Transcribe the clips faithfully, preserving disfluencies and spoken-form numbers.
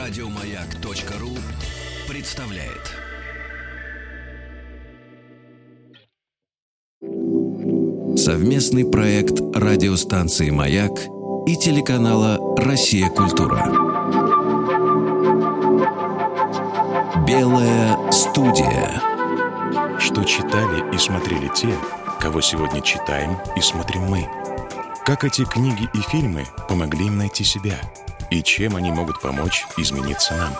Радиомаяк.ру представляет. Совместный проект радиостанции «Маяк» и телеканала «Россия. Культура». Белая студия. Что читали и смотрели те, кого сегодня читаем и смотрим мы? Как эти книги и фильмы помогли им найти себя? И чем они могут помочь измениться нам?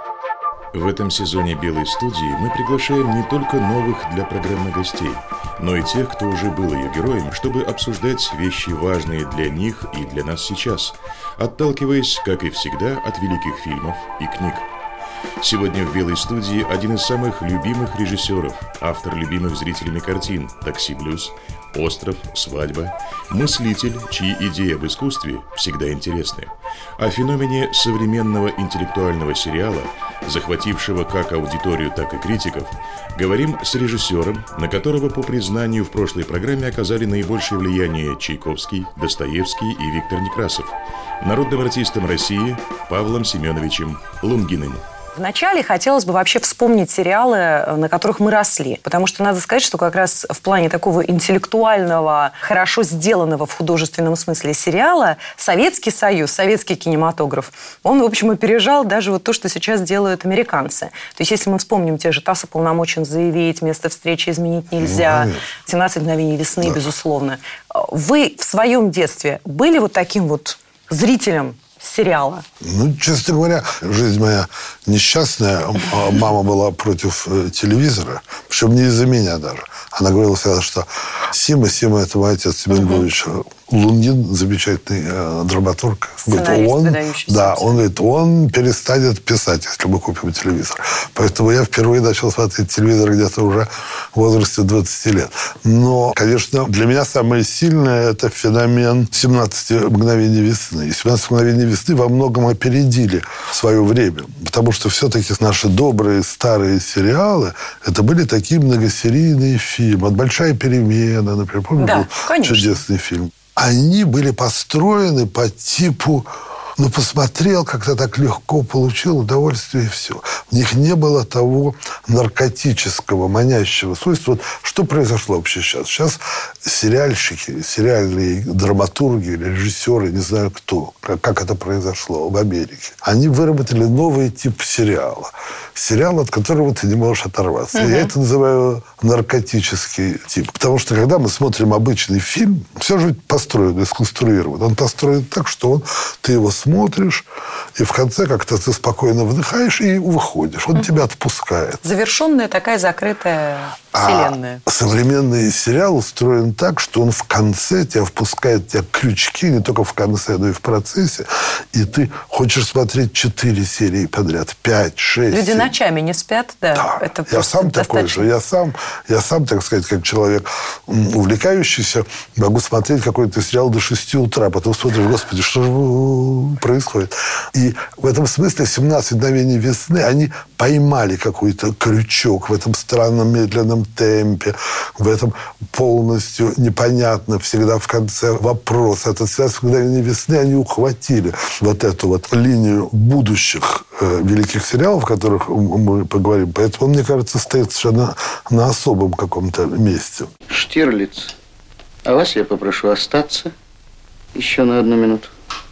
В этом сезоне «Белой студии» мы приглашаем не только новых для программы гостей, но и тех, кто уже был ее героем, чтобы обсуждать вещи, важные для них и для нас сейчас, отталкиваясь, как и всегда, от великих фильмов и книг. Сегодня в «Белой студии» один из самых любимых режиссеров, автор любимых зрителями картин «Такси Блюз», «Остров», «Свадьба», мыслитель, чьи идеи об искусстве всегда интересны. О феномене современного интеллектуального сериала, захватившего как аудиторию, так и критиков, говорим с режиссером, на которого, по признанию в прошлой программе, оказали наибольшее влияние Чайковский, Достоевский и Виктор Некрасов, народным артистом России Павлом Семеновичем Лунгиным. Вначале хотелось бы вообще вспомнить сериалы, на которых мы росли. Потому что надо сказать, что как раз в плане такого интеллектуального, хорошо сделанного в художественном смысле сериала Советский Союз, советский кинематограф, он, в общем, опережал даже вот то, что сейчас делают американцы. То есть, если мы вспомним те же «ТАСС уполномочен заявить», «Место встречи изменить нельзя», «семнадцать мгновений весны», да, безусловно. Вы в своем детстве были вот таким вот зрителем сериала? Ну, честно говоря, жизнь моя несчастная. Мама была против телевизора, причем не из-за меня даже. Она говорила всегда, что Сима, Сима, это мой отец, Семен Львович Лунгин, замечательный э, драматург. Говорит, он, да, он говорит, он перестанет писать, если мы купим телевизор. Поэтому я впервые начал смотреть телевизор где-то уже в возрасте двадцати лет. Но, конечно, для меня самое сильное – это феномен «семнадцати мгновений весны». И «семнадцать мгновений весны» во многом опередили свое время. Потому что все-таки наши добрые старые сериалы – это были такие многосерийные фильмы. «Большая перемена», например. Помните, да, был конечно. Чудесный фильм. Они были построены по типу, ну, посмотрел, как-то так легко получил удовольствие и все. В них не было того наркотического, манящего свойства. Вот что произошло вообще сейчас? Сейчас сериальщики, сериальные драматурги, режиссеры, не знаю кто, как, как это произошло в Америке, они выработали новый тип сериала. Сериал, от которого ты не можешь оторваться. Угу. Я это называю наркотический тип. Потому что, когда мы смотрим обычный фильм, все же построено, сконструировано. Он построен так, что он, ты его смотришь, и в конце как-то ты спокойно вдыхаешь и выходишь. Он угу. тебя отпускает. Завершенная такая закрытая вселенная. А современный сериал устроен так, что он в конце тебя впускает, тебя крючки, не только в конце, но и в процессе. И ты хочешь смотреть четыре серии подряд, пять, шесть. Люди ночами не спят, да. Да. Это я сам достаточно... такой же. Я сам, я сам, так сказать, как человек увлекающийся, могу смотреть какой-то сериал до шести утра. Потом смотришь, господи, что же происходит? И в этом смысле «семнадцать мгновений весны», они поймали какой-то крючок в этом странном медленном темпе, в этом полностью непонятно всегда в конце вопрос. Этот «семнадцать мгновений весны» они ухватили вот эту вот линию будущих э, великих сериалов, о которых мы поговорим. Поэтому он, мне кажется, стоит совершенно на особом каком-то месте. Штирлиц, а вас я попрошу остаться еще на одну минуту.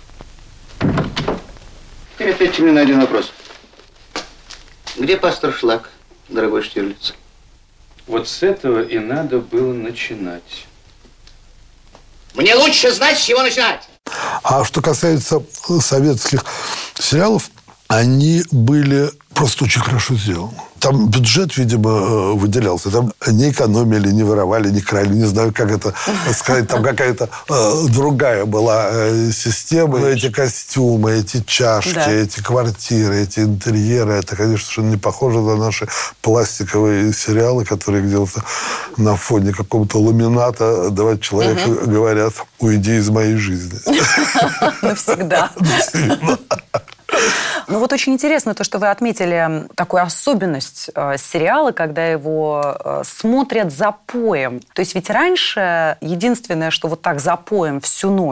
Теперь ответьте мне на один вопрос. Где пастор Шлак, дорогой Штирлиц? Вот с этого и надо было начинать. Мне лучше знать, с чего начинать. А что касается советских сериалов, они были просто очень хорошо сделаны. Там бюджет, видимо, выделялся. Там не экономили, не воровали, не крали. Не знаю, как это сказать. Там какая-то э, другая была э, система. Эти костюмы, эти чашки, да. эти квартиры, эти интерьеры. Это, конечно, не похоже на наши пластиковые сериалы, которые где-то на фоне какого-то ламината два человека угу. говорят: «Уйди из моей жизни». Навсегда. Ну вот очень интересно то, что вы отметили такую особенность э, сериала, когда его э, смотрят запоем. То есть ведь раньше единственное, что вот так запоем всю ночь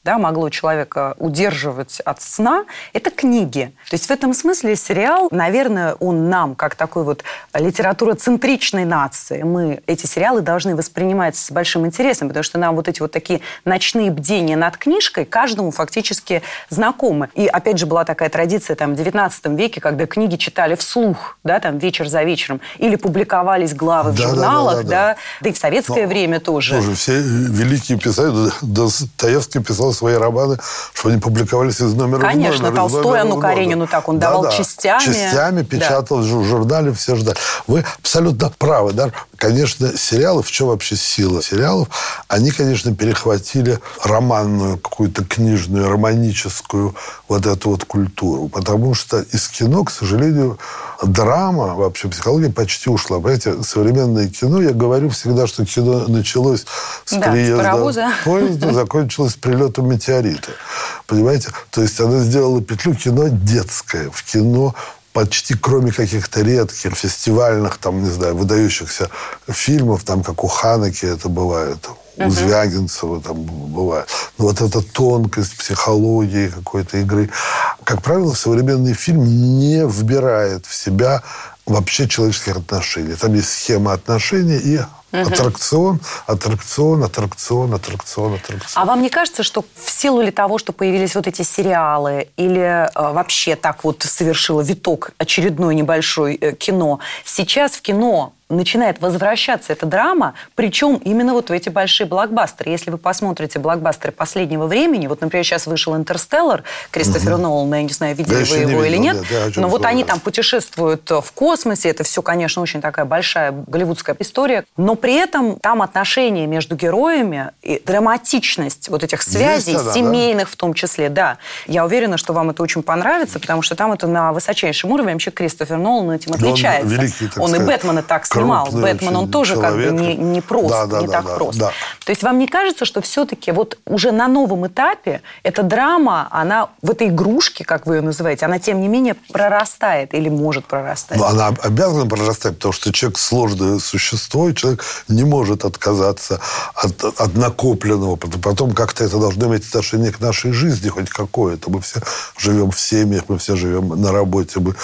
да, могло человека удерживать от сна, это книги. То есть в этом смысле сериал, наверное, он нам, как такой вот литературоцентричной нации, мы эти сериалы должны воспринимать с большим интересом, потому что нам вот эти вот такие ночные бдения над книжкой каждому фактически знакомы. И опять же была такая традиция там, в девятнадцатом веке, когда книги читали вслух, да, там вечер за вечером, или публиковались главы в да, журналах, да, да, да, да, да. да и в советское Но, время тоже. Тоже все великие писатели, Достоевский писал свои романы, чтобы они публиковались из номера Конечно, в номер. Толстой, номера Анну Каренину так, он да, давал да. частями. Частями печатал да. в журнале, все ждали. Вы абсолютно правы, да. Конечно, сериалы, в чем вообще сила сериалов? Они, конечно, перехватили романную, какую-то книжную, романическую вот эту вот культуру. Потому что из кино, к сожалению, драма, вообще психология почти ушла. Понимаете, современное кино, я говорю всегда, что кино началось с да, приезда поезда, закончилось прилетом метеорита. Понимаете? То есть она сделала петлю кино детское. В кино почти кроме каких-то редких фестивальных, там, не знаю, выдающихся фильмов, там, как у Ханеке это бывает, у Звягинцева там бывает. Но вот эта тонкость психологии какой-то игры. Как правило, современный фильм не вбирает в себя вообще человеческих отношений. Там есть схема отношений и Угу. Аттракцион, аттракцион, аттракцион, аттракцион, аттракцион. А вам не кажется, что в силу ли того, что появились вот эти сериалы, или э, вообще так вот совершило виток очередной небольшой э, кино, сейчас в кино начинает возвращаться эта драма, причем именно вот в эти большие блокбастеры. Если вы посмотрите блокбастеры последнего времени, вот, например, сейчас вышел «Интерстеллар» Кристофера угу. Нолана, я не знаю, видели да, вы его не или видел, нет, да, да, но вот сказать. Они там путешествуют в космосе, это все, конечно, очень такая большая голливудская история, но при этом там отношения между героями и драматичность вот этих связей, Есть, да, семейных да. в том числе, да. Я уверена, что вам это очень понравится, потому что там это на высочайшем уровне. Вообще Кристофер Нолан этим отличается. Он, великий, так он сказать, и «Бэтмена» так снимал. Бэтмен, он тоже человек. как бы не, не прост, да, да, не да, так да, прост. Да. То есть вам не кажется, что все-таки вот уже на новом этапе эта драма, она в этой игрушке, как вы ее называете, она тем не менее прорастает или может прорастать? Но она обязана прорастать, потому что человек сложное существо, и человек не может отказаться от, от накопленного. Потом как-то это должно иметь отношение к нашей жизни, хоть какое-то. Мы все живем в семьях, мы все живем на работе, мы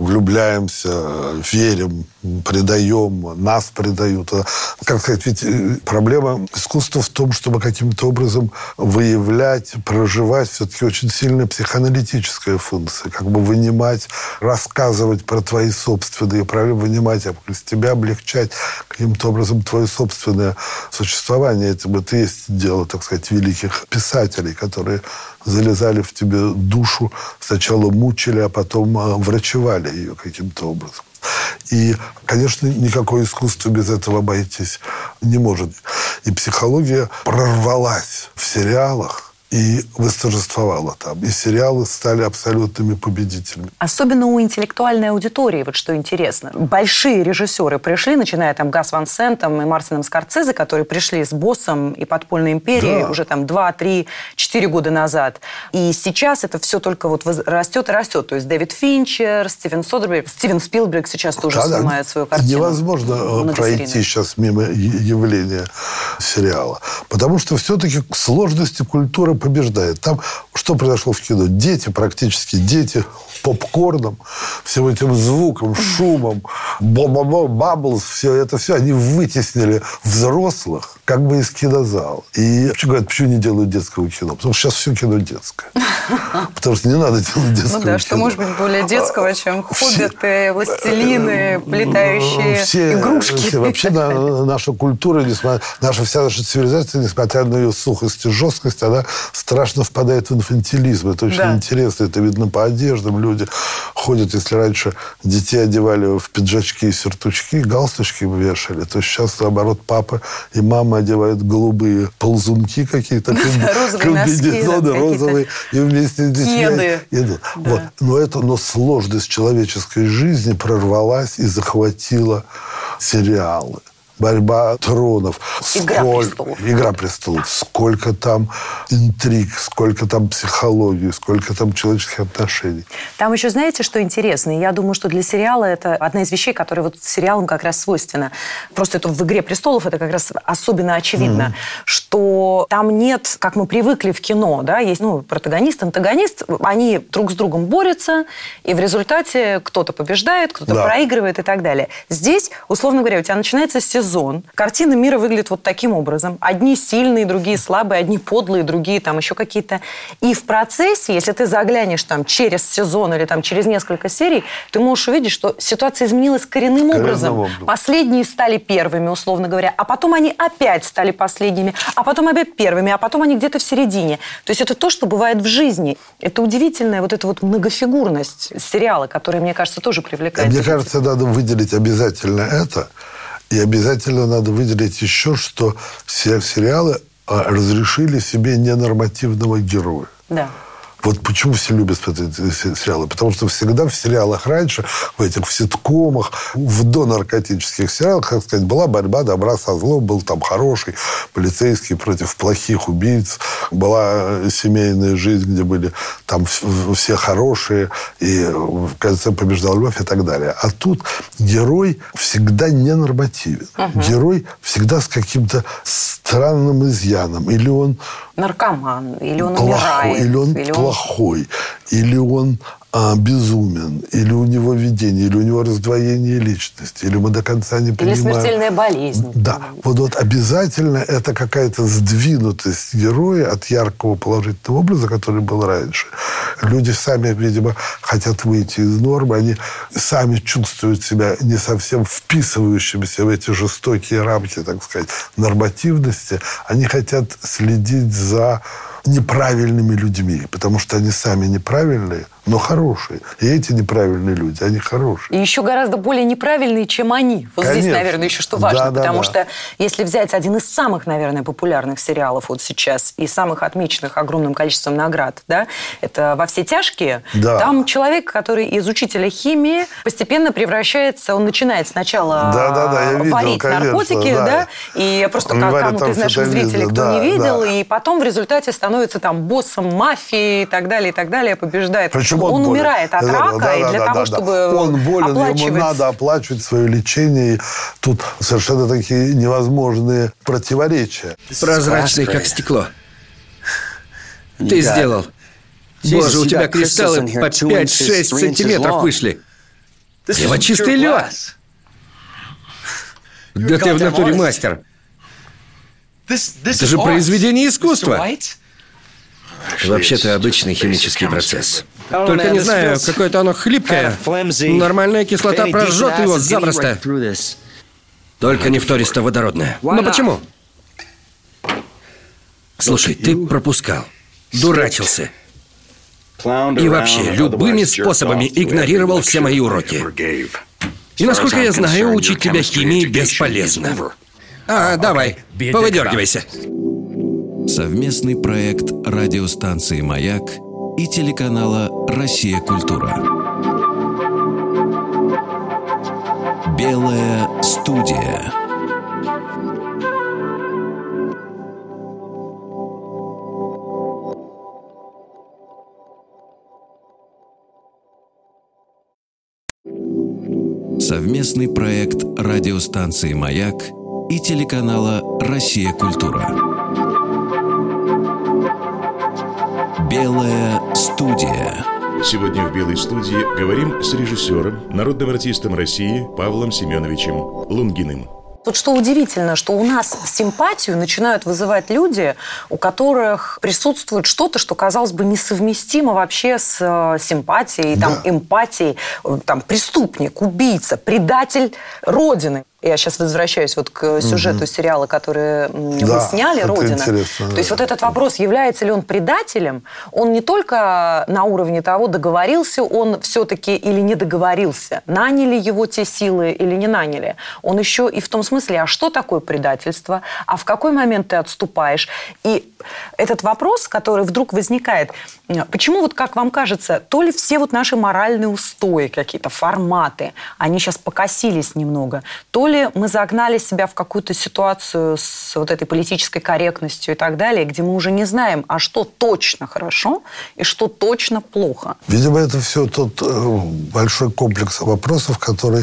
влюбляемся, верим, предаем, нас предают. Как сказать, ведь проблема искусства в том, чтобы каким-то образом выявлять, проживать все-таки очень сильная психоаналитическая функция. Как бы вынимать, рассказывать про твои собственные проблемы, вынимать из тебя, облегчать каким-то образом твое собственное существование. Это вот и есть дело, так сказать, великих писателей, которые залезали в тебе душу, сначала мучили, а потом врачевали ее каким-то образом. И, конечно, никакое искусство без этого обойтись не может. И психология прорвалась в сериалах и восторжествовала там. И сериалы стали абсолютными победителями. Особенно у интеллектуальной аудитории, вот что интересно. Большие режиссеры пришли, начиная там Гас Ван Сентом и Мартином Скорсезе, которые пришли с «Боссом» и «Подпольной империей» да. уже там два, три, четыре года назад. И сейчас это все только вот растет и растет. То есть Дэвид Финчер, Стивен Содерберг, Стивен Спилберг сейчас тоже да, снимает да. свою картину. Невозможно пройти сейчас мимо явления сериала. Потому что все-таки сложности культуры побеждает. Там что произошло в кино? Дети, практически дети, попкорном, всем этим звуком, шумом, бабблс, все это все, они вытеснили взрослых как бы из кинозала. И вообще говорят, почему не делают детского кино? Потому что сейчас все кино детское. Потому что не надо делать детского кино. Ну да, что может быть более детского, чем «Хоббиты», «Властелины», летающие игрушки. Вообще наша культура, наша вся наша цивилизация, несмотря на ее сухость и жесткость, она страшно впадает в инфантилизм. Это очень да. интересно. Это видно по одеждам. Люди ходят, если раньше детей одевали в пиджачки и сюртучки, галстучки вешали, то сейчас, наоборот, папа и мама одевают голубые ползунки какие-то, комбинезоны розовые, и вместе с детьми идут. Вот. Но, это, но сложность человеческой жизни прорвалась и захватила сериалы. борьба тронов. Игра Сколь... престолов. Игра престолов. Сколько там интриг, сколько там психологии, сколько там человеческих отношений. Там еще, знаете, что интересно? Я думаю, что для сериала это одна из вещей, которая вот сериалам как раз свойственна. Просто это в «Игре престолов» это как раз особенно очевидно, mm-hmm. что там нет, как мы привыкли в кино, да, есть ну, протагонист, антагонист, они друг с другом борются, и в результате кто-то побеждает, кто-то да. проигрывает и так далее. Здесь, условно говоря, у тебя начинается сезон, картина мира выглядит вот таким образом. Одни сильные, другие слабые, одни подлые, другие там еще какие-то. И в процессе, если ты заглянешь там через сезон или там через несколько серий, ты можешь увидеть, что ситуация изменилась коренным, коренным образом. образом. Последние стали первыми, условно говоря, а потом они опять стали последними, а потом опять первыми, а потом они где-то в середине. То есть это то, что бывает в жизни. Это удивительная вот эта вот многофигурность сериала, которая, мне кажется, тоже привлекает. Мне кажется, надо выделить обязательно это, и обязательно надо выделить еще, что сериалы разрешили себе ненормативного героя. Да. Вот почему все любят эти сериалы? Потому что всегда в сериалах раньше, в этих в ситкомах, в донаркотических сериалах, как сказать, была борьба добра со злом, был там хороший полицейский против плохих убийц, была семейная жизнь, где были там все хорошие, и в конце побеждала любовь и так далее. А тут герой всегда ненормативен. Угу. Герой всегда с каким-то странным изъяном. Или он наркоман, или он плохой, умирает. Или он или плохой, он... или он а, безумен, или у него видение, или у него раздвоение личности, или мы до конца не понимаем. Или смертельная болезнь. Да. Вот, вот обязательно это какая-то сдвинутость героя от яркого положительного образа, который был раньше. Люди сами, видимо, хотят выйти из нормы, они сами чувствуют себя не совсем вписывающимися в эти жестокие рамки, так сказать, нормативности. Они хотят следить за неправильными людьми, потому что они сами неправильные, но хорошие. И эти неправильные люди, они хорошие. И еще гораздо более неправильные, чем они. Вот Конечно. Здесь, наверное, еще что важно. Да, да, потому да. что если взять один из самых, наверное, популярных сериалов вот сейчас и самых отмеченных огромным количеством наград, да, это «Во все тяжкие», да. там человек, который из учителя химии постепенно превращается, он начинает сначала да, да, да, я видел, варить конечно, наркотики, да. да, и просто он как кому-то из наших зрителей, кто да, не видел, да. и потом в результате становится там боссом мафии и так далее, и так далее, побеждает. Причем он, он умирает от рака, да, и для да, того, да, чтобы он болен, оплачивать... ему надо оплачивать свое лечение. И тут совершенно такие невозможные противоречия. Прозрачный, как стекло. Ты сделал. Боже, у тебя кристаллы по пять-шесть сантиметров вышли. Его чистый лед. Да ты в натуре мастер. Это же произведение искусства. Вообще-то обычный химический процесс. Только не знаю, какое-то оно хлипкое. Нормальная кислота прожжет его запросто. Только не фтористо-водородная. Но почему? Слушай, ты пропускал, дурачился. И вообще, любыми способами игнорировал все мои уроки. И, насколько я знаю, учить тебя химии бесполезно. А, давай, повыдергивайся. Совместный проект радиостанции «Маяк» и телеканала «Россия. Культура». Белая студия. Совместный проект радиостанции «Маяк» и телеканала «Россия. Культура». Белая студия. Сегодня в «Белой студии» говорим с режиссером, народным артистом России Павлом Семеновичем Лунгиным. Вот что удивительно, что у нас симпатию начинают вызывать люди, у которых присутствует что-то, что, казалось бы, несовместимо вообще с симпатией, там, да. эмпатией. Там, преступник, убийца, предатель Родины. Я сейчас возвращаюсь вот к сюжету угу. сериала, который да, вы сняли, «Родина». То да. есть вот этот вопрос, является ли он предателем, он не только на уровне того, договорился он все-таки или не договорился, наняли его те силы или не наняли. Он еще и в том смысле, а что такое предательство, а в какой момент ты отступаешь. И этот вопрос, который вдруг возникает, почему вот, как вам кажется, то ли все вот наши моральные устои, какие-то форматы, они сейчас покосились немного, то ли мы загнали себя в какую-то ситуацию с вот этой политической корректностью и так далее, где мы уже не знаем, а что точно хорошо и что точно плохо? Видимо, это все тот большой комплекс вопросов, который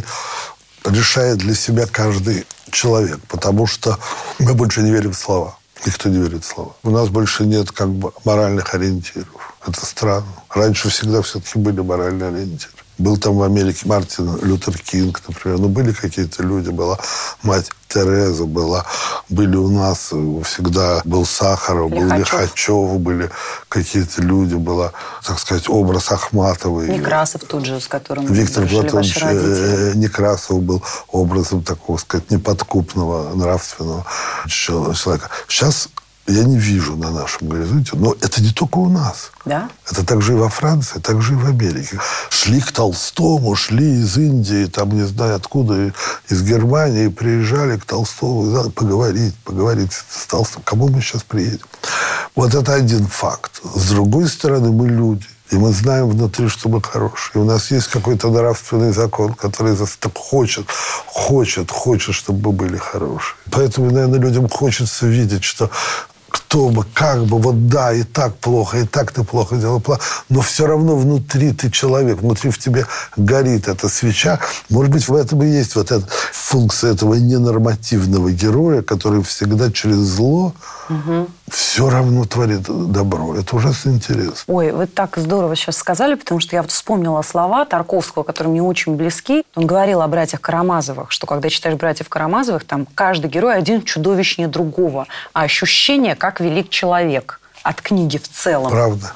решает для себя каждый человек, потому что мы больше не верим в слова. Никто не верит в слова. У нас больше нет как бы моральных ориентиров. Это странно. Раньше всегда все-таки были моральные ориентиры. Был там в Америке Мартин Лютер Кинг, например. Ну, были какие-то люди. Была мать Тереза, была. Были у нас всегда... Был Сахаров, был Лихачев, были какие-то люди. Была, так сказать, образ Ахматовой. Некрасов тут же, с которым Виктор Платонович Некрасов был образом такого, сказать, неподкупного, нравственного человека. Сейчас я не вижу на нашем горизонте, но это не только у нас. Да? Это также и во Франции, также и в Америке. Шли к Толстому, шли из Индии, там не знаю откуда, из Германии, приезжали к Толстому, поговорить, поговорить с Толстым. Кому мы сейчас приедем? Вот это один факт. С другой стороны, мы люди. И мы знаем внутри, что мы хорошие. И у нас есть какой-то нравственный закон, который хочет, хочет, хочет, чтобы мы были хорошие. Поэтому, наверное, людям хочется видеть, что кто бы, как бы, вот да, и так плохо, и так ты плохо делал, плохо, но все равно внутри ты человек, внутри в тебе горит эта свеча. Может быть, в этом и есть вот эта функция этого ненормативного героя, который всегда через зло угу. все равно творит добро. Это ужасно интересно. Ой, вы так здорово сейчас сказали, потому что я вот вспомнила слова Тарковского, которые мне очень близки. Он говорил о братьях Карамазовых, что когда читаешь братьев Карамазовых, там каждый герой один чудовищнее другого, а ощущение, как велик человек от книги в целом. Правда.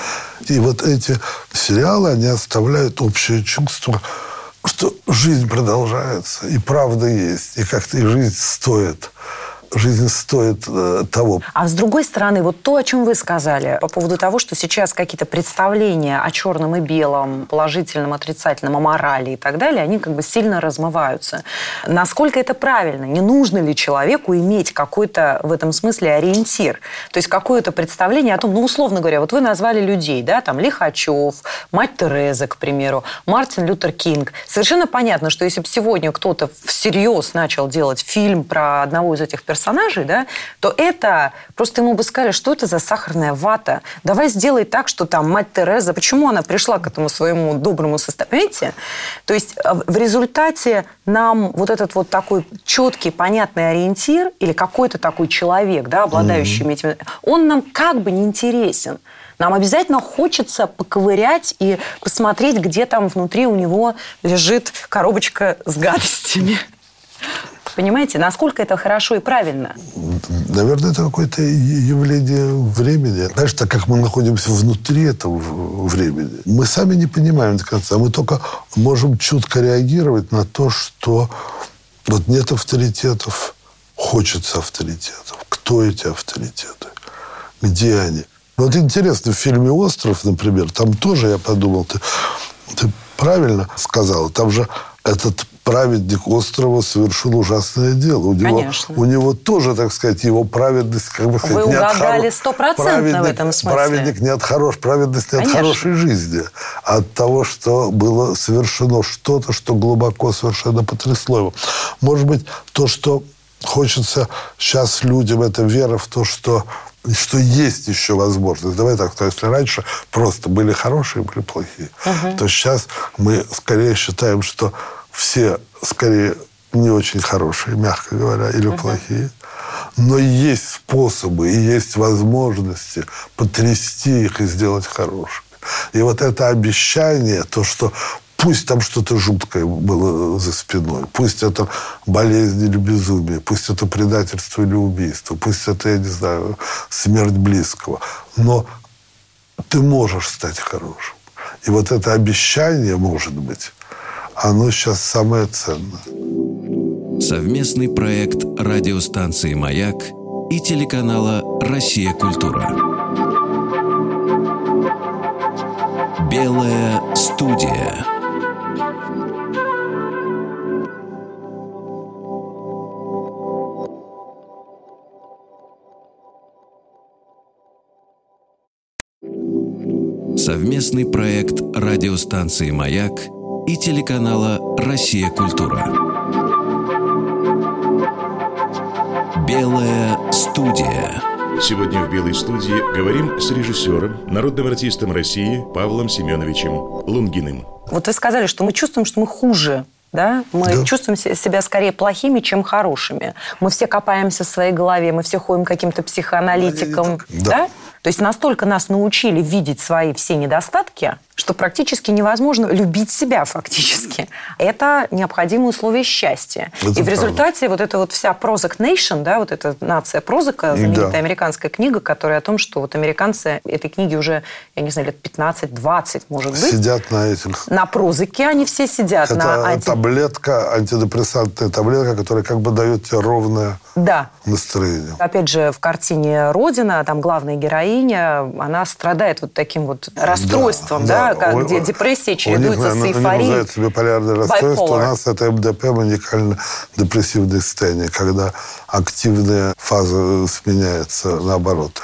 И вот эти сериалы, они оставляют общее чувство, что жизнь продолжается, и правда есть, и как-то и жизнь стоит. Жизнь стоит э, того. А с другой стороны, вот то, о чем вы сказали, по поводу того, что сейчас какие-то представления о черном и белом, положительном, отрицательном, о морали и так далее, они как бы сильно размываются. Насколько это правильно? Не нужно ли человеку иметь какой-то в этом смысле ориентир? То есть какое-то представление о том, ну, условно говоря, вот вы назвали людей, да, там, Лихачев, мать Тереза, к примеру, Мартин Лютер Кинг. Совершенно понятно, что если бы сегодня кто-то всерьез начал делать фильм про одного из этих персонажей, персонажей, да, то это просто ему бы сказали, что это за сахарная вата. Давай сделай так, что там мать Тереза, почему она пришла к этому своему доброму состоянию? Понимаете? То есть в результате нам вот этот вот такой четкий, понятный ориентир или какой-то такой человек, да, обладающий mm-hmm. этим, он нам как бы не интересен. Нам обязательно хочется поковырять и посмотреть, где там внутри у него лежит коробочка с гадостями. Понимаете, насколько это хорошо и правильно? Наверное, это какое-то явление времени. Знаешь, так как мы находимся внутри этого времени, мы сами не понимаем до конца. Мы только можем чутко реагировать на то, что вот нет авторитетов, хочется авторитетов. Кто эти авторитеты? Где они? Вот интересно, в фильме «Остров», например, там тоже я подумал, ты, ты правильно сказала, там же этот праведник острова совершил ужасное дело. У него, у него тоже, так сказать, его праведность, как бы сказать, Вы не угадали стопроцентно в этом смысле. Праведник не от хорош, праведность не Конечно. от хорошей жизни, а от того, что было совершено что-то, что глубоко совершенно потрясло его. Может быть, то, что хочется сейчас людям, это вера в то, что что есть еще возможность. Давай так, то если раньше просто были хорошие, были плохие, угу. то сейчас мы скорее считаем, что все скорее не очень хорошие, мягко говоря, или угу. плохие. Но есть способы и есть возможности потрясти их и сделать хорошими. И вот это обещание, то, что пусть там что-то жуткое было за спиной, пусть это болезнь или безумие, пусть это предательство или убийство, пусть это, я не знаю, смерть близкого, но ты можешь стать хорошим. И вот это обещание, может быть, оно сейчас самое ценное. Совместный проект радиостанции «Маяк» и телеканала «Россия. Культура». Белая студия. Совместный проект радиостанции «Маяк» и телеканала «Россия. Культура». Белая студия. Сегодня в «Белой студии» говорим с режиссером, народным артистом России Павлом Семеновичем Лунгиным. Вот вы сказали, что мы чувствуем, что мы хуже. Да? Мы да. чувствуем себя скорее плохими, чем хорошими. Мы все копаемся в своей голове, мы все ходим к каким-то психоаналитикам. Да. Да? То есть настолько нас научили видеть свои все недостатки, что практически невозможно любить себя фактически. Это необходимое условие счастья. Это и в результате правда. Вот эта вот вся Prozac Nation, да, вот эта нация Прозака, знаменитая да. американская книга, которая о том, что вот американцы этой книги уже, я не знаю, лет пятнадцать-двадцать, может быть. Сидят на этих... На Прозаке они все сидят. Это на анти... таблетка, антидепрессантная таблетка, которая как бы дает тебе ровное да. настроение. Опять же, в картине «Родина», там главная героиня, она страдает вот таким вот расстройством, да, да, да как, где депрессия чередуется с эйфорией. У них называется биполярное расстройство. У нас это эм дэ пэ, маниакально-депрессивное состояние, когда активная фаза сменяется наоборот.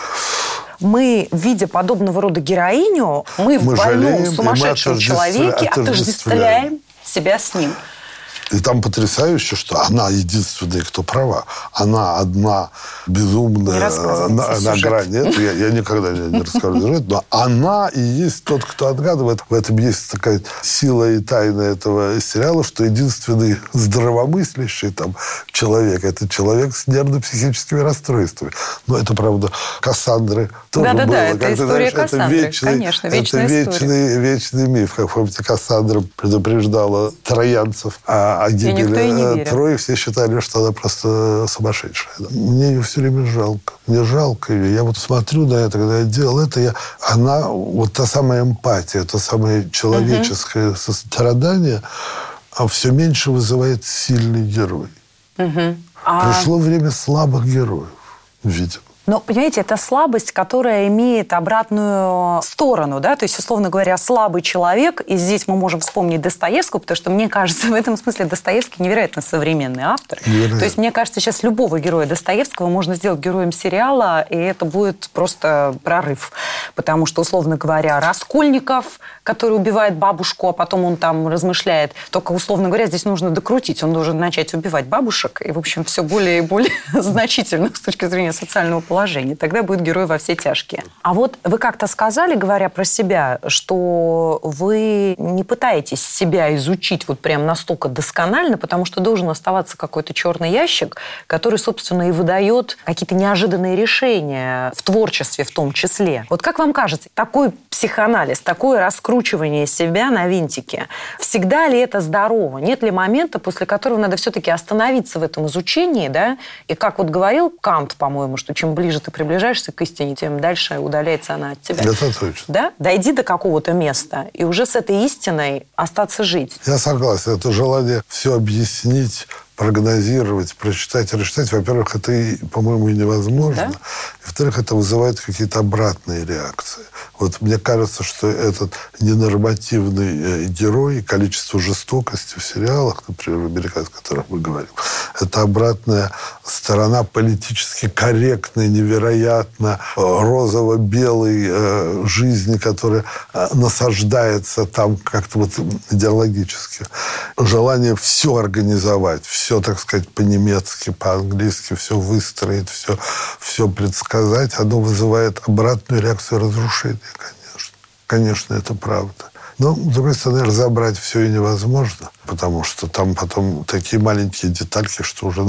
Мы, видя подобного рода героиню, мы, мы в больном, жалеем, сумасшедшем человеке отождествляем себя с ним. И там потрясающе, что она единственная, кто права. Она одна безумная на, на грани. Нет, я, я никогда не, не расскажу сюжет, но она и есть тот, кто отгадывает. В этом есть такая сила и тайна этого сериала, что единственный здравомыслящий там человек – это человек с нервно-психическими расстройствами. Но это, правда, Кассандры тоже да, да, было. Да, это как история знаешь, Кассандры, это вечный, конечно, вечная это история. вечный, вечный миф. Как помните, Кассандра предупреждала троянцев о, о гибели Трои. Все считали, что она просто сумасшедшая. Мне ее все время жалко. Мне жалко ее. Я вот смотрю на это, когда я делал это, я... она, вот та самая эмпатия, то самое человеческое угу. сострадание, а все меньше вызывает сильный герой. Угу. А... Пришло время слабых героев, видимо. Но, понимаете, это слабость, которая имеет обратную сторону, да, то есть, условно говоря, слабый человек, и здесь мы можем вспомнить Достоевского, потому что, мне кажется, в этом смысле Достоевский невероятно современный автор. Невероятно. То есть, мне кажется, сейчас любого героя Достоевского можно сделать героем сериала, и это будет просто прорыв. Потому что, условно говоря, Раскольников, который убивает бабушку, а потом он там размышляет, только, условно говоря, здесь нужно докрутить, он должен начать убивать бабушек, и, в общем, все более и более значительно с точки зрения социального положения. Тогда будет герой во все тяжкие. А вот вы как-то сказали, говоря про себя, что вы не пытаетесь себя изучить вот прям настолько досконально, потому что должен оставаться какой-то черный ящик, который, собственно, и выдает какие-то неожиданные решения в творчестве в том числе. Вот как вам кажется, такой психоанализ, такое раскручивание себя на винтике, всегда ли это здорово? Нет ли момента, после которого надо все-таки остановиться в этом изучении, да? И как вот говорил Кант, по-моему, что чем ближе ты приближаешься к истине, тем дальше удаляется она от тебя. Это точно. Да? Дойди до какого-то места, и уже с этой истиной остаться жить. Я согласен. Это желание все объяснить, прогнозировать, прочитать, рассчитать. Во-первых, это, и, по-моему, и невозможно. Да? И, во-вторых, это вызывает какие-то обратные реакции. Вот мне кажется, что этот ненормативный герой, количество жестокости в сериалах, например, в американских, о которых мы говорим, это обратная сторона политически корректной, невероятно розово-белой э, жизни, которая э, насаждается там как-то вот идеологически. Желание все организовать, все, так сказать, по-немецки, по-английски, все выстроить, все, все предсказать, оно вызывает обратную реакцию разрушения, конечно. Конечно, это правда. Но, с другой стороны, разобрать все и невозможно, потому что там потом такие маленькие детальки, что уже...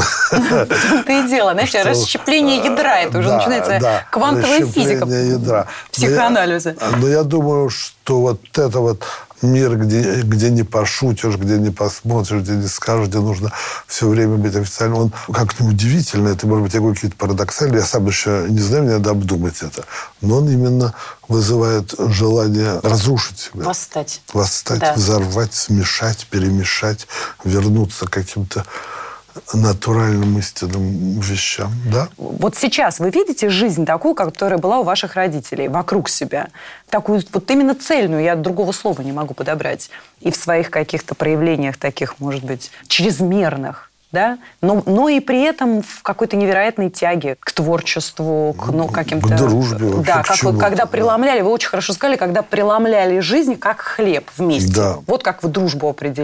Это и дело, знаешь, расщепление ядра, это уже начинается квантовая физика психоанализа. Но я думаю, что вот это вот мир, где, где не пошутишь, где не посмотришь, где не скажешь, где нужно все время быть официальным. Он как-то удивительно, это, может быть, какие-то парадоксальные. Я сам еще не знаю, мне надо обдумать это. Но он именно вызывает желание разрушить себя. Восстать. Восстать, да. Взорвать, смешать, перемешать, вернуться к каким-то натуральным истинным вещам, да? Вот сейчас вы видите жизнь такую, которая была у ваших родителей, вокруг себя. Такую вот именно цельную, я другого слова не могу подобрать. И в своих каких-то проявлениях таких, может быть, чрезмерных, да? Но, но и при этом в какой-то невероятной тяге к творчеству, к ну, каким-то... К дружбе вообще. Да, как вот, когда преломляли, вы очень хорошо сказали, когда преломляли жизнь как хлеб вместе. Да. Вот как вы дружбу определили.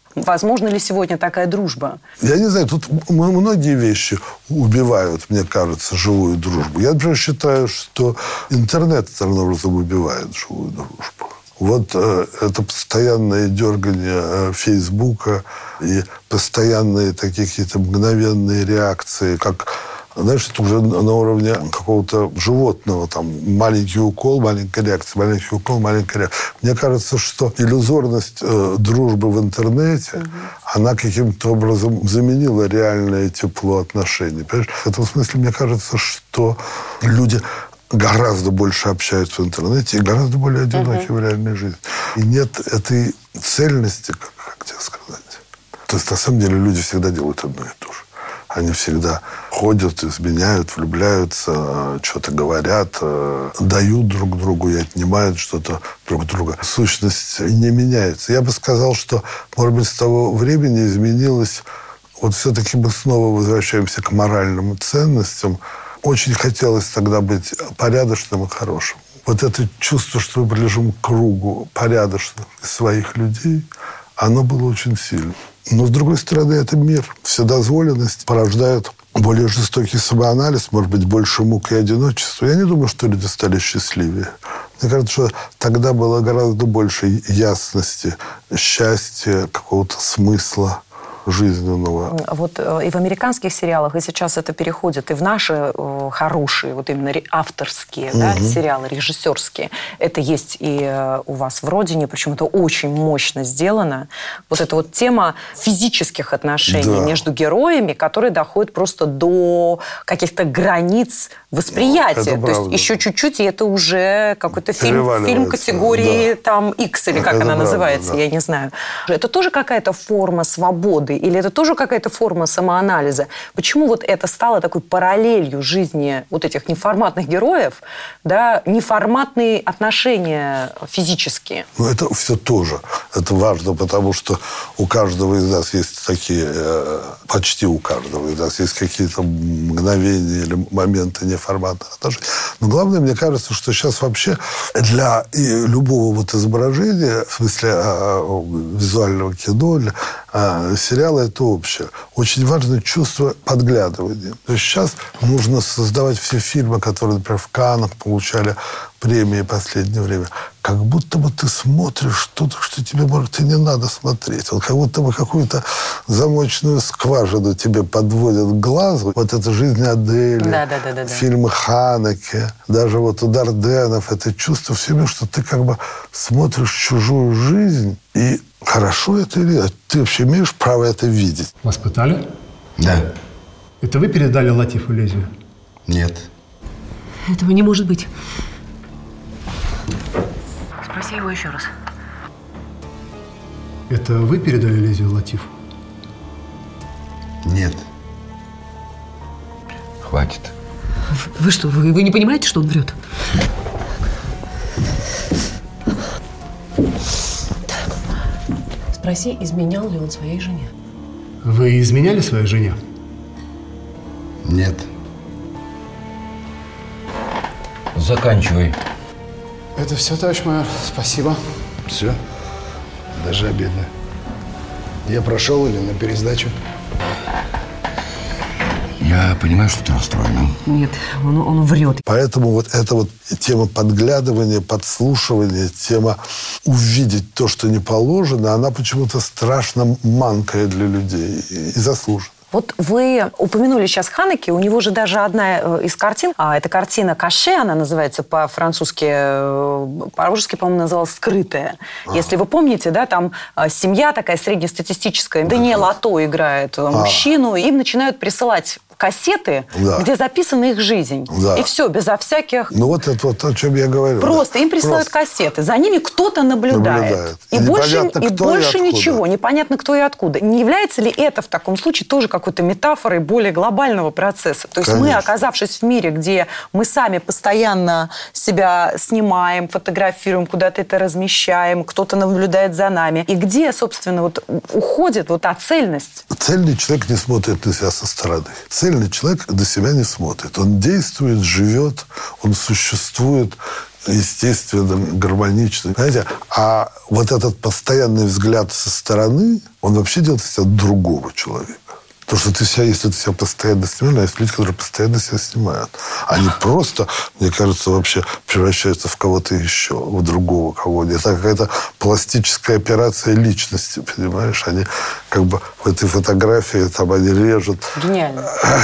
Возможно ли сегодня такая дружба? Я не знаю, тут многие вещи убивают, мне кажется, живую дружбу. Я, например, считаю, что интернет, таким образом, убивает живую дружбу. Вот э, это постоянное дергание э, Фейсбука и постоянные такие какие-то мгновенные реакции, как, знаешь, это уже на уровне какого-то животного, там, маленький укол, маленькая реакция, маленький укол, маленькая реакция. Мне кажется, что иллюзорность э, дружбы в интернете, угу. она каким-то образом заменила реальное тепло отношений. Понимаешь? В этом смысле, мне кажется, что люди гораздо больше общаются в интернете и гораздо более одиноки uh-huh. в реальной жизни. И нет этой цельности, как, как тебе сказать. То есть, на самом деле, люди всегда делают одно и то же. Они всегда ходят, изменяют, влюбляются, что-то говорят, дают друг другу и отнимают что-то друг друга. Сущность не меняется. Я бы сказал, что, может быть, с того времени изменилось... Вот все-таки мы снова возвращаемся к моральным ценностям. Очень хотелось тогда быть порядочным и хорошим. Вот это чувство, что мы принадлежим к кругу порядочных своих людей, оно было очень сильно. Но, с другой стороны, это мир. Вседозволенность порождает более жестокий самоанализ, может быть, больше мук и одиночества. Я не думаю, что люди стали счастливее. Мне кажется, что тогда было гораздо больше ясности, счастья, какого-то смысла жизненного. Вот и в американских сериалах, и сейчас это переходит и в наши э, хорошие, вот именно авторские угу. да, сериалы, режиссерские. Это есть и э, у вас в «Родине», причем это очень мощно сделано. Вот эта вот тема физических отношений да. между героями, которые доходят просто до каких-то границ восприятия. То есть еще чуть-чуть, и это уже какой-то фильм, фильм категории да. там X, или как это она правда, называется, да. я не знаю. Это тоже какая-то форма свободы, или это тоже какая-то форма самоанализа? Почему вот это стало такой параллелью жизни вот этих неформатных героев, да, неформатные отношения физические? Ну, это все тоже. Это важно, потому что у каждого из нас есть такие, почти у каждого из нас есть какие-то мгновения или моменты неформатных отношений. Но главное, мне кажется, что сейчас вообще для любого вот изображения, в смысле визуального кино, для сериала, это общее. Очень важно чувство подглядывания. То есть сейчас нужно создавать все фильмы, которые, например, в Каннах получали премии в последнее время. Как будто бы ты смотришь что-то, что тебе, может, и не надо смотреть. Вот как будто бы какую-то замочную скважину тебе подводят к глазу. Вот это «Жизнь Адели», да, да, да, да, да. фильмы Ханеке, даже вот у Дарденов. Это чувство в себе, что ты как бы смотришь чужую жизнь, и хорошо это или нет? Ты вообще имеешь право это видеть? Вас пытали? Да. Это вы передали Латифу лезвие? Нет. Этого не может быть. Спроси его еще раз. Это вы передали лезвие Латифу? Нет. Хватит. Вы что, вы, вы не понимаете, что он врет? Спроси, изменял ли он своей жене. Вы изменяли своей жене? Нет. Заканчивай. Это все, товарищ майор. Спасибо. Все? Даже обидно. Я прошел или на пересдачу? Я понимаю, что ты расстроена. Нет, он, он врет. Поэтому вот эта вот тема подглядывания, подслушивания, тема увидеть то, что не положено, она почему-то страшно манкая для людей. И заслуженно. Вот вы упомянули сейчас Ханеке, у него же даже одна из картин, а это картина «Каше», она называется по-французски, по-русски, по-моему, называлась «Скрытая». А. Если вы помните, да, там семья такая среднестатистическая, да. Даниэл Ато играет а. мужчину, им начинают присылать кассеты, да. где записана их жизнь. Да. И все, безо всяких... Ну, вот это вот, о чем я говорю. Просто да. им присылают Просто. кассеты, за ними кто-то наблюдает. наблюдает. И, и больше, и больше и ничего, непонятно, кто и откуда. Не является ли это в таком случае тоже какой-то метафорой более глобального процесса? То есть Конечно. мы, оказавшись в мире, где мы сами постоянно себя снимаем, фотографируем, куда-то это размещаем, кто-то наблюдает за нами, и где, собственно, вот уходит вот та цельность? Цельный человек не смотрит на себя со стороны. Цельный человек до себя не смотрит. Он действует, живет, он существует естественным, гармоничным. Знаете, а вот этот постоянный взгляд со стороны, он вообще делает из тебя другого человека. Потому что ты себя, если ты себя постоянно снимаешь, а есть люди, которые постоянно себя снимают. Они просто, мне кажется, вообще превращаются в кого-то еще, в другого кого-нибудь. Это какая-то пластическая операция личности, понимаешь? Они как бы в этой фотографии там они режут... Гениально.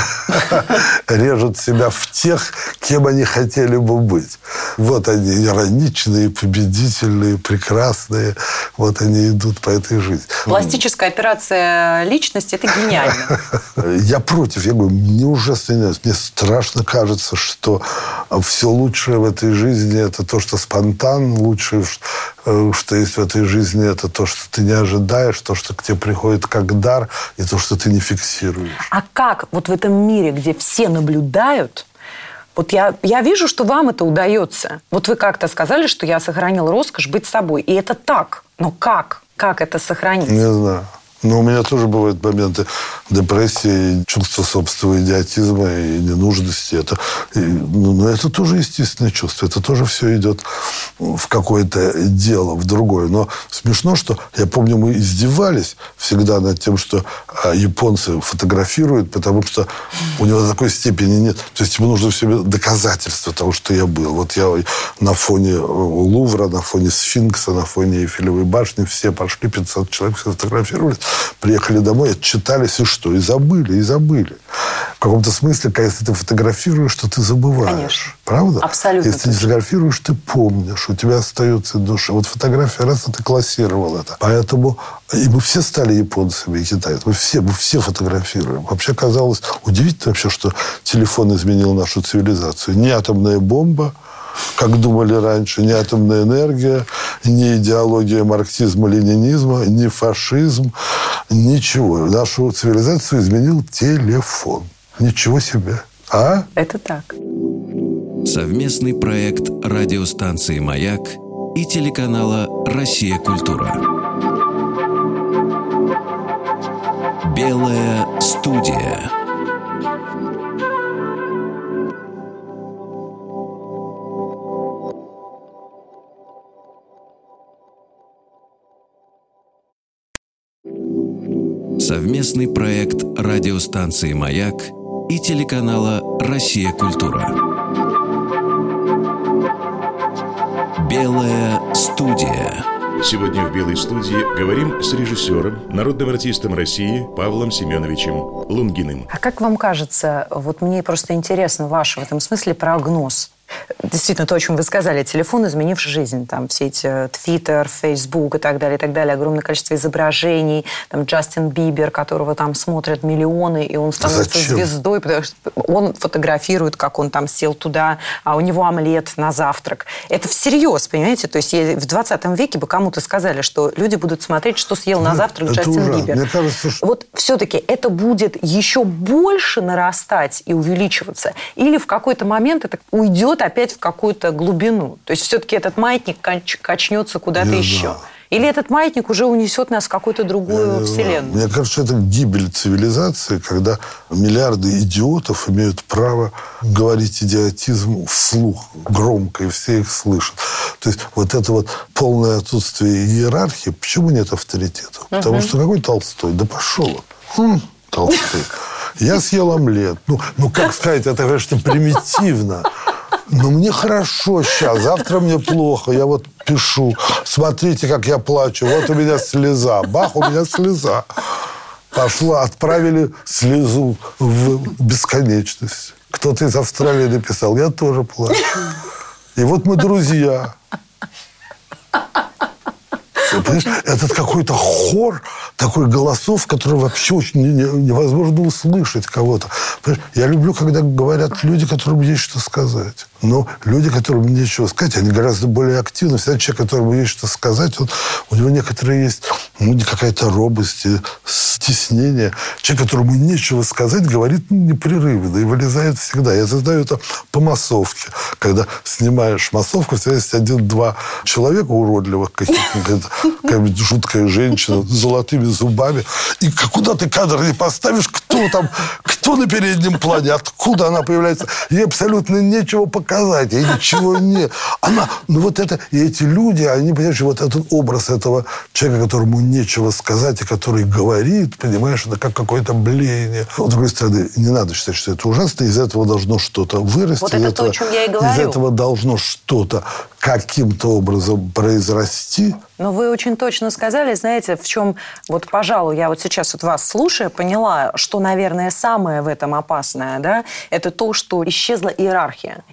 Режут себя в тех, кем они хотели бы быть. Вот они, ироничные, победительные, прекрасные. Вот они идут по этой жизни. Пластическая операция личности – это гениально. Я против. Я говорю, мне ужасно не нравится. Мне страшно кажется, что все лучшее в этой жизни – это то, что спонтан. Лучшее, что есть в этой жизни, это то, что ты не ожидаешь, то, что к тебе приходит как дар, и то, что ты не фиксируешь. А как вот в этом мире, где все наблюдают, вот я, я вижу, что вам это удается. Вот вы как-то сказали, что я сохранила роскошь быть собой. И это так. Но как? Как это сохранить? Не знаю. Но у меня тоже бывают моменты депрессии, чувства собственного идиотизма и ненужности. Это, и, ну, но это тоже естественное чувство. Это тоже все идет в какое-то дело, в другое. Но смешно, что, я помню, мы издевались всегда над тем, что а, японцы фотографируют, потому что у него такой степени нет. То есть ему нужно все доказательства того, что я был. Вот я на фоне Лувра, на фоне Сфинкса, на фоне Эйфелевой башни, все пошли, пятьсот человек все фотографировались. Приехали домой, отчитались, и что? И забыли, и забыли. В каком-то смысле, если ты фотографируешь, то ты забываешь. Конечно. Правда? Абсолютно. Если ты не фотографируешь, ты помнишь. У тебя остается душа. Вот фотография, раз, ты классировал это. Поэтому и мы все стали японцами и китайцами. Мы все, мы все фотографируем. Вообще казалось удивительно вообще, что телефон изменил нашу цивилизацию. Не атомная бомба, как думали раньше, не атомная энергия, не идеология марксизма-ленинизма, не фашизм, ничего. Нашу цивилизацию изменил телефон. Ничего себе. А? Это так. Совместный проект радиостанции «Маяк» и телеканала «Россия. Культура». Белая студия. Совместный проект радиостанции «Маяк» и телеканала «Россия. Культура». Белая студия. Сегодня в «Белой студии» говорим с режиссером, народным артистом России Павлом Семеновичем Лунгиным. А как вам кажется, вот мне просто интересно ваш в этом смысле прогноз. Действительно, то, о чем вы сказали, телефон, изменивший жизнь. Там все эти Твиттер, Фейсбук и так далее, и так далее. Огромное количество изображений. Там Джастин Бибер, которого там смотрят миллионы, и он становится Зачем? звездой, потому что он фотографирует, как он там сел туда, а у него омлет на завтрак. Это всерьез, понимаете? То есть в двадцатом веке бы кому-то сказали, что люди будут смотреть, что съел на завтрак это Джастин ужасно. Бибер. Мне кажется, что... Вот все-таки это будет еще больше нарастать и увеличиваться? Или в какой-то момент это уйдет опять в какую-то глубину? То есть все-таки этот маятник кач- качнется куда-то Не еще? знаю. Или этот маятник уже унесет нас в какую-то другую вселенную? Мне кажется, это гибель цивилизации, когда миллиарды идиотов имеют право говорить идиотизм вслух, громко, и все их слышат. То есть вот это вот полное отсутствие иерархии. Почему нет авторитета? Угу. Потому что какой Толстой? Да пошел он. Хм, Толстой. Я съел омлет. Ну, ну, как сказать, это, конечно, примитивно. Но мне хорошо сейчас, завтра мне плохо. Я вот пишу, смотрите, как я плачу. Вот у меня слеза. Бах, у меня слеза. Пошла, отправили слезу в бесконечность. Кто-то из Австралии написал, я тоже плачу. И вот мы друзья. Этот какой-то хор такой голосов, который вообще очень невозможно услышать кого-то. Я люблю, когда говорят люди, которым есть что сказать. Но люди, которым нечего сказать, они гораздо более активны. Всегда человек, которому есть что сказать, он, у него некоторые есть ну, какая-то робость, стеснение. Человек, которому нечего сказать, говорит непрерывно и вылезает всегда. Я знаю это по массовке. Когда снимаешь массовку, всегда есть один-два человека уродливых, каких-то, какая-нибудь жуткая женщина с золотыми зубами. И куда ты кадр не поставишь, кто там, кто на переднем плане, откуда она появляется. Ей абсолютно нечего показать. сказать, и ничего нет. Она, ну вот это, и эти люди, они, понимаешь, вот этот образ этого человека, которому нечего сказать, и который говорит, понимаешь, это как какое-то блеяние. С другой стороны, не надо считать, что это ужасно, из этого должно что-то вырасти. Вот это этого, то, о чем я и говорю. Из этого должно что-то каким-то образом произрасти. Но вы очень точно сказали, знаете, в чем, вот, пожалуй, я вот сейчас вот вас слушая, поняла, что, наверное, самое в этом опасное, да, это то, что исчезла иерархия.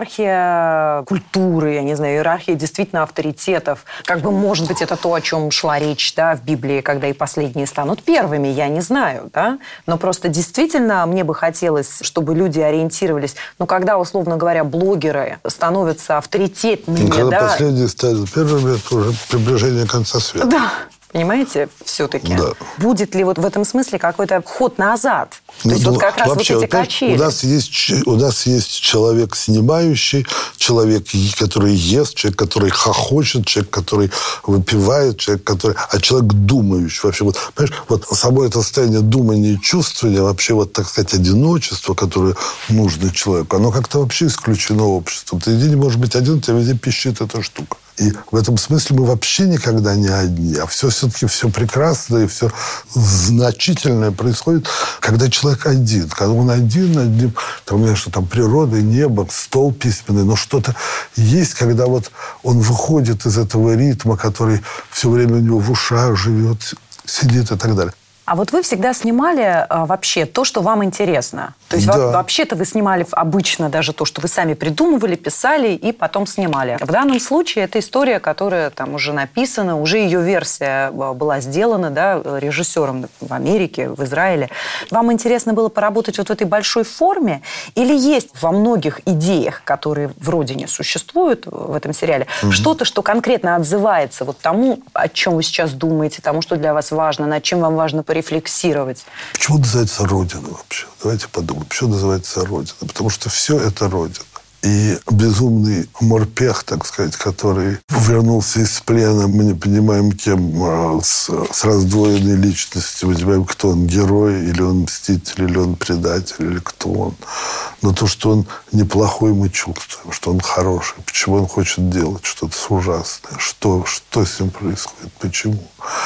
Иерархия культуры, я не знаю, иерархия действительно авторитетов. Как бы, может быть, это то, о чем шла речь, да, в Библии, когда и последние станут первыми, я не знаю, да, но просто действительно мне бы хотелось, чтобы люди ориентировались, ну, когда, условно говоря, блогеры становятся авторитетными, когда да. последние станут первыми, это уже приближение конца света. Да. Понимаете, все-таки? Да. Будет ли вот в этом смысле какой-то ход назад? То Ну, есть вот как раз вообще, вот эти вот, качели. У нас, есть, у нас есть человек снимающий, человек, который ест, человек, который хохочет, человек, который выпивает, человек, который... А человек думающий. Вообще, вот, понимаешь, вот само это состояние думания и чувствования, вообще, вот, так сказать, одиночество, которое нужно человеку, оно как-то вообще исключено обществом. Ты не можешь быть один, у тебя везде пищит эта штука. И в этом смысле мы вообще никогда не одни. А все все-таки все прекрасное и все значительное происходит, когда человек один. Когда он один, над ним, там, у меня что там природа, небо, стол письменный, но что-то есть, когда вот он выходит из этого ритма, который все время у него в ушах живет, сидит и так далее. А вот вы всегда снимали а, вообще то, что вам интересно. То есть Да. во- вообще-то вы снимали обычно даже то, что вы сами придумывали, писали и потом снимали. В данном случае это история, которая там уже написана, уже ее версия а, была сделана, да, режиссером в Америке, в Израиле. Вам интересно было поработать вот в этой большой форме? Или есть во многих идеях, которые в «Родине» существуют в этом сериале, Мгм. что-то, что конкретно отзывается вот тому, о чем вы сейчас думаете, тому, что для вас важно, над чем вам важно порефлексировать? Почему называется Родина вообще? Давайте подумаем. Почему называется Родина? Потому что все это Родина. И безумный морпех, так сказать, который вернулся из плена, мы не понимаем, кем, с, с раздвоенной личностью, мы не понимаем, кто он, герой, или он мститель, или он предатель, или кто он. Но то, что он неплохой, мы чувствуем, что он хороший. Почему он хочет делать что-то ужасное? Что, что с ним происходит? Почему?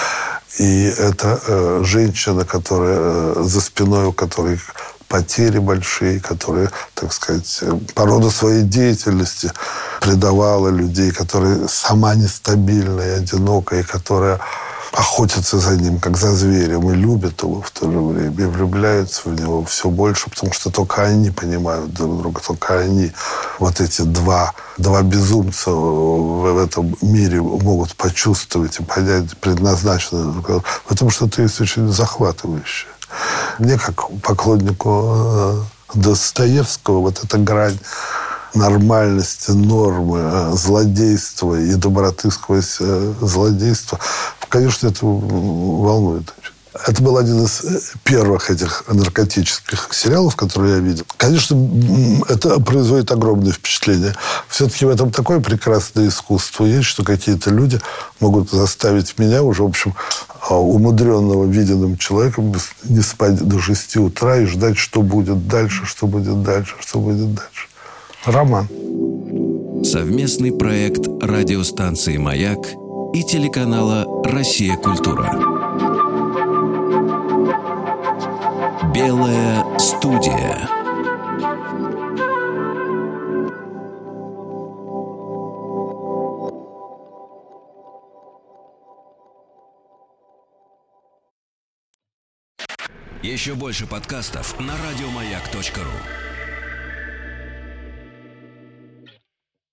И это э, женщина, которая э, за спиной, у которой потери большие, которая, так сказать, по роду своей деятельности предавала людей, которая сама нестабильная, одинокая, которая охотится за ним, как за зверем, и любит его в то же время, и влюбляется в него все больше, потому что только они понимают друг друга, только они, вот эти два, два безумца в этом мире могут почувствовать и понять, предназначено друг другу. Потому что это есть очень захватывающе. Мне, как поклоннику Достоевского, вот эта грань нормальности, нормы, злодейства и доброты сквозь злодейство, конечно, это волнует. Это был один из первых этих наркотических сериалов, которые я видел. Конечно, это производит огромное впечатление. Все-таки в этом такое прекрасное искусство есть, что какие-то люди могут заставить меня, уже, в общем, умудренного, виденным человеком, не спать до шести утра и ждать, что будет дальше, что будет дальше, что будет дальше. Роман. Совместный проект радиостанции «Маяк» и телеканала «Россия. Культура». Белая студия. Еще больше подкастов на радиомаяк точка ру.